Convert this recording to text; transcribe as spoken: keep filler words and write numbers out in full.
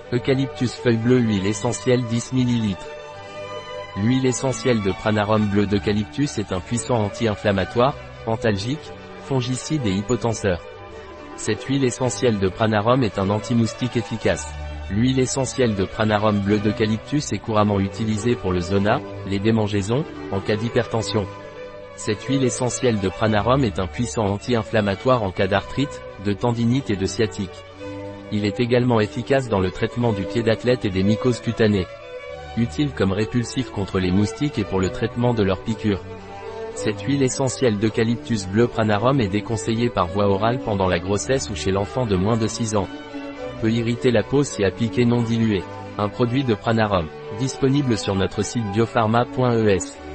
Eucalyptus feuille bleue, huile essentielle dix millilitres. L'huile essentielle de Pranarum bleu d'eucalyptus est un puissant anti-inflammatoire, antalgique, fongicide et hypotenseur. Cette huile essentielle de Pranarum est un anti-moustique efficace. L'huile essentielle de Pranarum bleu d'eucalyptus est couramment utilisée pour le zona, les démangeaisons, en cas d'hypertension. Cette huile essentielle de Pranarum est un puissant anti-inflammatoire en cas d'arthrite, de tendinite et de sciatique. Il est également efficace dans le traitement du pied d'athlète et des mycoses cutanées. Utile comme répulsif contre les moustiques et pour le traitement de leurs piqûres. Cette huile essentielle d'eucalyptus bleu Pranarum est déconseillée par voie orale pendant la grossesse ou chez l'enfant de moins de six ans. Peut irriter la peau si appliqué non dilué. Un produit de Pranarum, disponible sur notre site biopharma point e s.